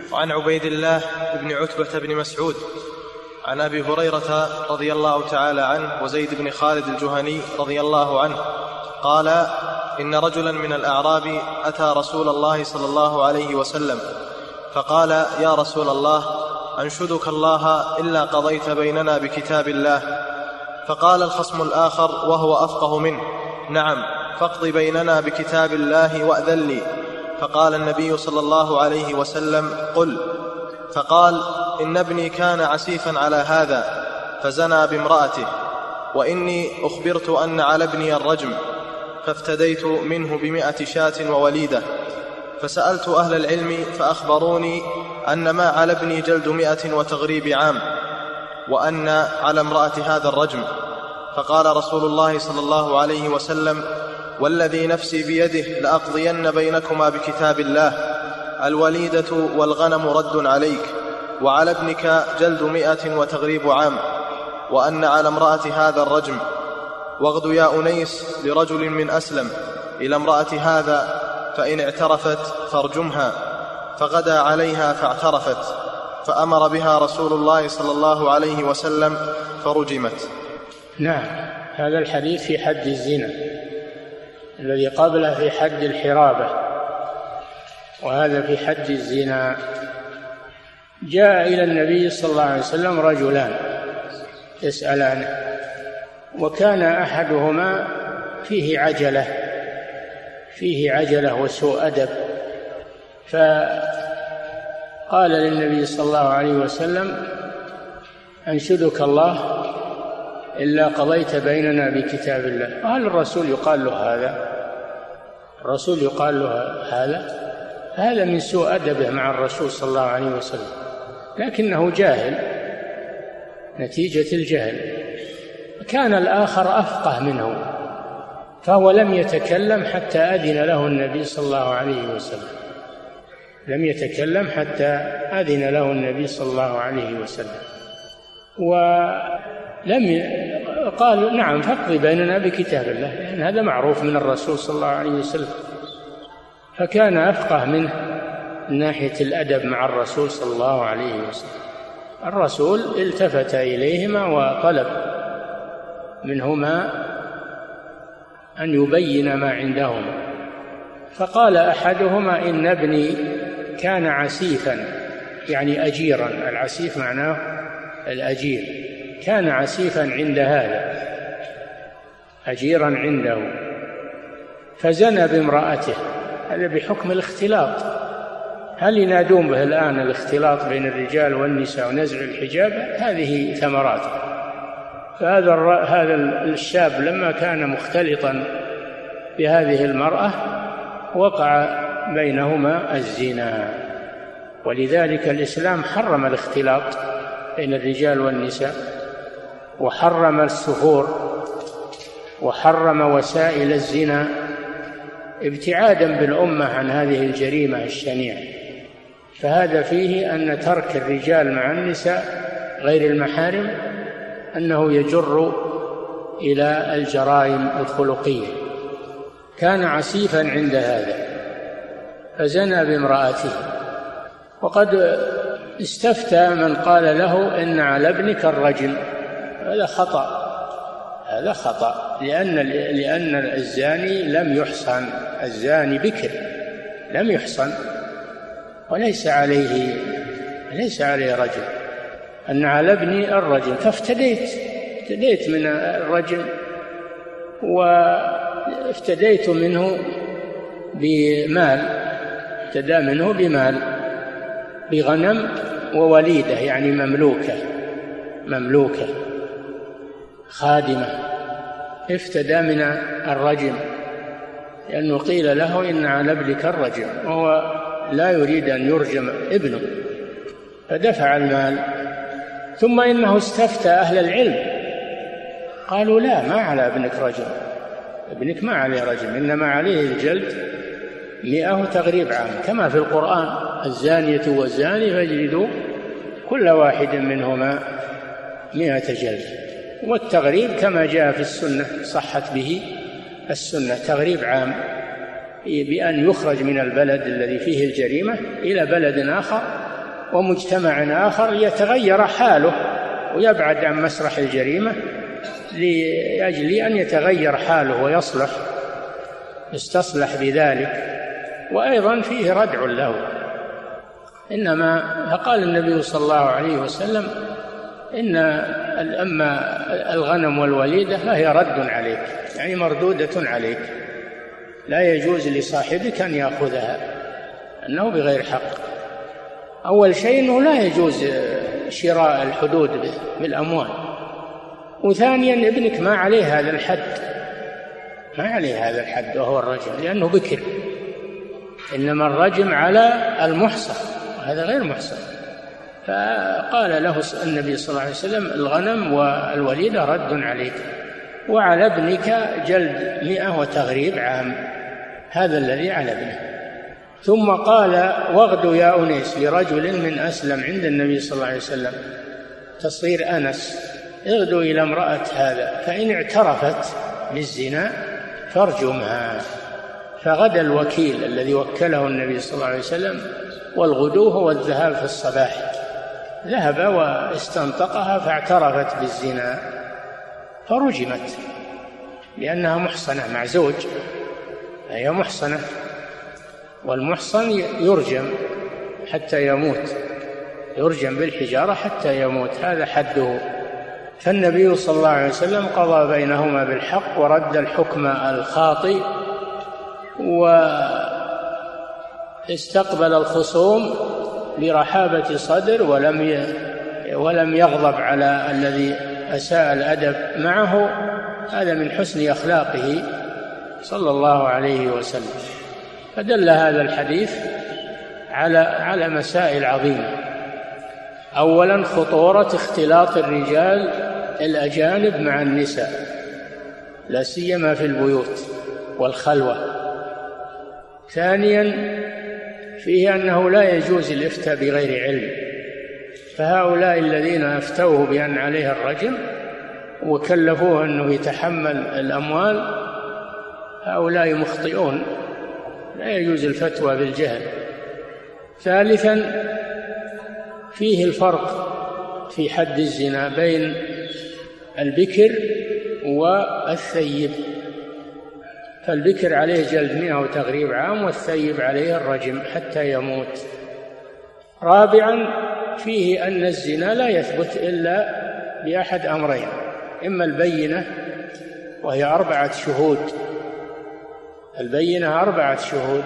وعن عبيد الله بن عتبة بن مسعود عن أبي هريرة رضي الله تعالى عنه وزيد بن خالد الجهني رضي الله عنه قال: إن رجلا من الأعراب أتى رسول الله صلى الله عليه وسلم فقال: يا رسول الله، أنشدك الله إلا قضيت بيننا بكتاب الله. فقال الخصم الآخر وهو أفقه منه: نعم، فاقض بيننا بكتاب الله وأذن لي. فقال النبي صلى الله عليه وسلم: قل. فقال: إن ابني كان عسيفا على هذا فزنى بامرأته، وإني أخبرت أن على ابني الرجم، فافتديت منه ب100 شاة ووليدة. فسألت أهل العلم فأخبروني أن ما على ابني جلد 100 وتغريب عام، وأن على امرأة هذا الرجم. فقال رسول الله صلى الله عليه وسلم: والذي نفسي بيده لأقضين بينكما بكتاب الله، الوليدة والغنم رد عليك، وعلى ابنك جلد 100 وتغريب عام، وأن على امرأة هذا الرجم. واغد يا أنيس لرجل من أسلم إلى امرأة هذا، فإن اعترفت فارجمها. فغدا عليها فاعترفت، فأمر بها رسول الله صلى الله عليه وسلم فرجمت. نعم، هذا الحديث في حد الزنا، الذي قبله في حد الحرابة، وهذا في حد الزنا. جاء إلى النبي صلى الله عليه وسلم رجلان يسألانه، وكان أحدهما فيه عجلة وسوء أدب، فقال للنبي صلى الله عليه وسلم: أنشدك الله إلا قضيت بيننا بكتاب الله. وهل الرسول يقال له هذا؟ الرسول يقال له هذا من سوء أدبه مع الرسول صلى الله عليه وسلم، لكنه جاهل، نتيجة الجهل. كان الآخر أفقه منه، فهو لم يتكلم حتى أذن له النبي صلى الله عليه وسلم، لم يتكلم حتى أذن له النبي صلى الله عليه وسلم، قال: نعم، فاقضي بيننا بكتاب الله، لأن هذا معروف من الرسول صلى الله عليه وسلم. فكان أفقه منه من ناحية الأدب مع الرسول صلى الله عليه وسلم. الرسول التفت إليهما وطلب منهما أن يبين ما عندهما. فقال أحدهما: إن ابني كان عسيفا، يعني أجيرا، العسيف معناه الأجير، كان عسيفا عند هذا، أجيرا عنده، فزنى بامرأته. هذا بحكم الاختلاط. هل ينادون به الآن الاختلاط بين الرجال والنساء ونزع الحجاب؟ هذه ثمراته. فهذا الشاب لما كان مختلطا بهذه المرأة وقع بينهما الزنا، ولذلك الإسلام حرم الاختلاط بين الرجال والنساء، وحرم السفور، وحرم وسائل الزنا ابتعادا بالأمة عن هذه الجريمة الشنيعة. فهذا فيه أن ترك الرجال مع النساء غير المحارم أنه يجر إلى الجرائم الخلقية. كان عسيفا عند هذا فزنى بامرأته. وقد استفتى من قال له: إن على ابنك الرجم. هذا خطأ، لأن الزاني لم يحصن، الزاني بكر لم يحصن، وليس عليه رجم. أن على ابني الرجم، فافتديت من الرجم، وافتديت منه بمال، افتدى منه بمال، بغنم ووليدة، يعني مملوكة خادمة، افتدى من الرجم، لأنه قيل له: إن على ابنك الرجم، وهو لا يريد أن يرجم ابنه، فدفع المال. ثم إنه استفتى أهل العلم، قالوا: لا، ما على ابنك رجم، ابنك ما عليه رجم، إنما عليه الجلد 100 وتغريب عام، كما في القرآن: الزانية والزاني فاجلدوا كل واحد منهما 100 جلد. والتغريب كما جاء في السنة، صحت به السنة، تغريب عام، بأن يخرج من البلد الذي فيه الجريمة إلى بلد آخر ومجتمع آخر يتغير حاله ويبعد عن مسرح الجريمة لأجل أن يتغير حاله ويصلح، يستصلح بذلك، وأيضا فيه ردع له. إنما فقال النبي صلى الله عليه وسلم إن أما الغنم والوليدة فهي رد عليك، يعني مردودة عليك، لا يجوز لصاحبك أن يأخذها، أنه بغير حق. أول شيء أنه لا يجوز شراء الحدود بالأموال، وثانيا ابنك ما عليه هذا الحد، ما عليه هذا الحد وهو الرجم، لأنه بكر، إنما الرجم على المحصن، هذا غير محصن. فقال له النبي صلى الله عليه وسلم الغنم والوليدة رد عليك، وعلى ابنك جلد 100 وتغريب عام، هذا الذي على ابنه. ثم قال واغدوا يا أنيس لرجل من أسلم عند النبي صلى الله عليه وسلم، تصغير أنس، اغدوا إلى امرأة هذا فإن اعترفت بالزنا فارجمها. فغدا الوكيل الذي وكله النبي صلى الله عليه وسلم، والغدو هو الذهاب في الصباح، ذهب واستنطقها فاعترفت بالزنا فرجمت، لأنها محصنة مع زوج، هي محصنة، والمحصن يرجم حتى يموت، يرجم بالحجارة حتى يموت، هذا حده. فالنبي صلى الله عليه وسلم قضى بينهما بالحق ورد الحكم الخاطئ، واستقبل الخصوم برحابة صدر، ولم يغضب على الذي أساء الأدب معه. هذا من حسن أخلاقه صلى الله عليه وسلم. فدل هذا الحديث على مسائل عظيمة. أولا خطورة اختلاط الرجال الأجانب مع النساء، لا سيما في البيوت والخلوة. ثانيا فيه أنه لا يجوز الإفتاء بغير علم، فهؤلاء الذين أفتوه بأن عليه الرجم وكلفوه أنه يتحمل الأموال هؤلاء مخطئون، لا يجوز الفتوى بالجهل. ثالثا فيه الفرق في حد الزنا بين البكر والثيب، فالبكر عليه جلد 100 وتغريب عام، والثيب عليه الرجم حتى يموت. رابعا فيه أن الزنا لا يثبت إلا بأحد أمرين، إما البينة وهي 4 شهود، البينة 4 شهود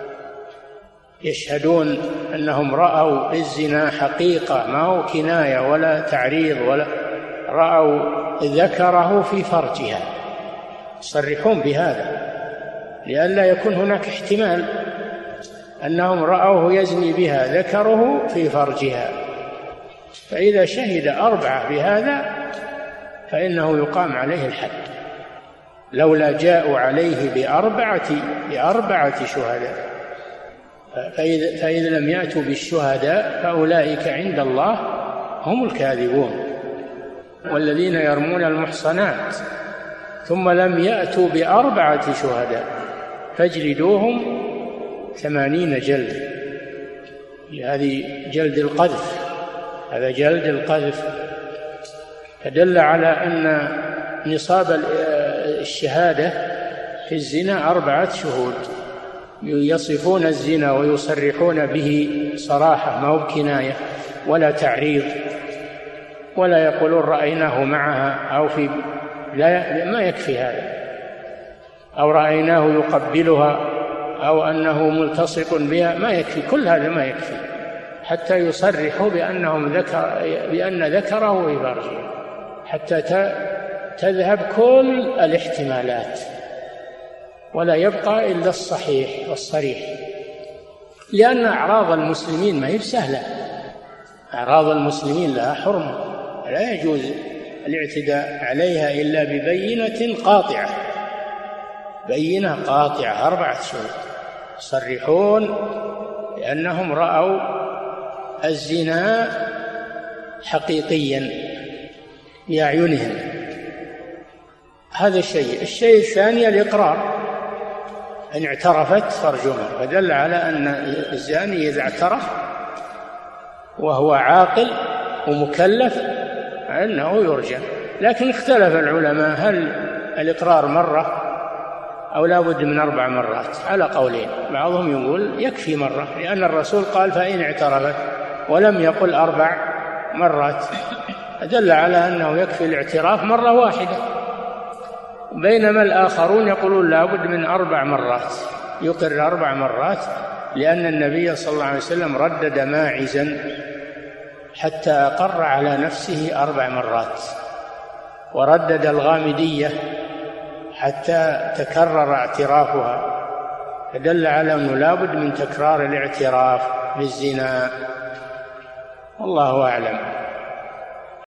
يشهدون أنهم رأوا الزنا حقيقة، ما هو كناية ولا تعريض، ولا رأوا ذكره في فرجها، يصرحون بهذا لئلا يكون هناك احتمال أنهم رأوه يزني بها، ذكره في فرجها. فإذا شهد 4 بهذا فإنه يقام عليه الحد، لولا جاءوا عليه بأربعة شهداء. فإذا لم يأتوا بالشهداء فأولئك عند الله هم الكاذبون. والذين يرمون المحصنات ثم لم يأتوا ب4 شهداء فاجلدوهم 80 جلد، هذه جلد القذف، هذا جلد القذف. فدل على أن نصاب الشهادة في الزنا 4 شهود يصفون الزنا ويصرحون به صراحة، ما هو بكناية ولا تعريض، ولا يقولون رأيناه معها أو في، لا، ما يكفي هذا، أو رأيناه يقبلها أو أنه ملتصق بها، ما يكفي، كل هذا ما يكفي حتى يصرحوا بأن ذكره في فرجه، حتى تذهب كل الاحتمالات ولا يبقى إلا الصحيح والصريح. لأن أعراض المسلمين ما هي سهلة، أعراض المسلمين لها حرمة، لا يجوز الاعتداء عليها إلا ببينة قاطعة، بينة قاطعة 4 شهود يصرحون بأنهم رأوا الزنا حقيقيا بأعينهم. هذا الشيء الثاني الإقرار، إن اعترفت فرجمها، فدل على أن الزاني إذا اعترف وهو عاقل ومكلف أنه يرجم. لكن اختلف العلماء هل الإقرار مرة أو لا بد من 4 مرات، على قولين. بعضهم يقول يكفي مرة، لأن الرسول قال فإن اعترفت، ولم يقل 4 مرات، دل على أنه يكفي الاعتراف مرة واحدة. بينما الآخرون يقولون لا بد من 4 مرات، يقر 4 مرات، لأن النبي صلى الله عليه وسلم ردد ماعزا حتى أقر على نفسه 4 مرات، وردد الغامدية حتى تكرر اعترافها، فدل على أنه لا بد من تكرار الاعتراف بالزنا. والله أعلم.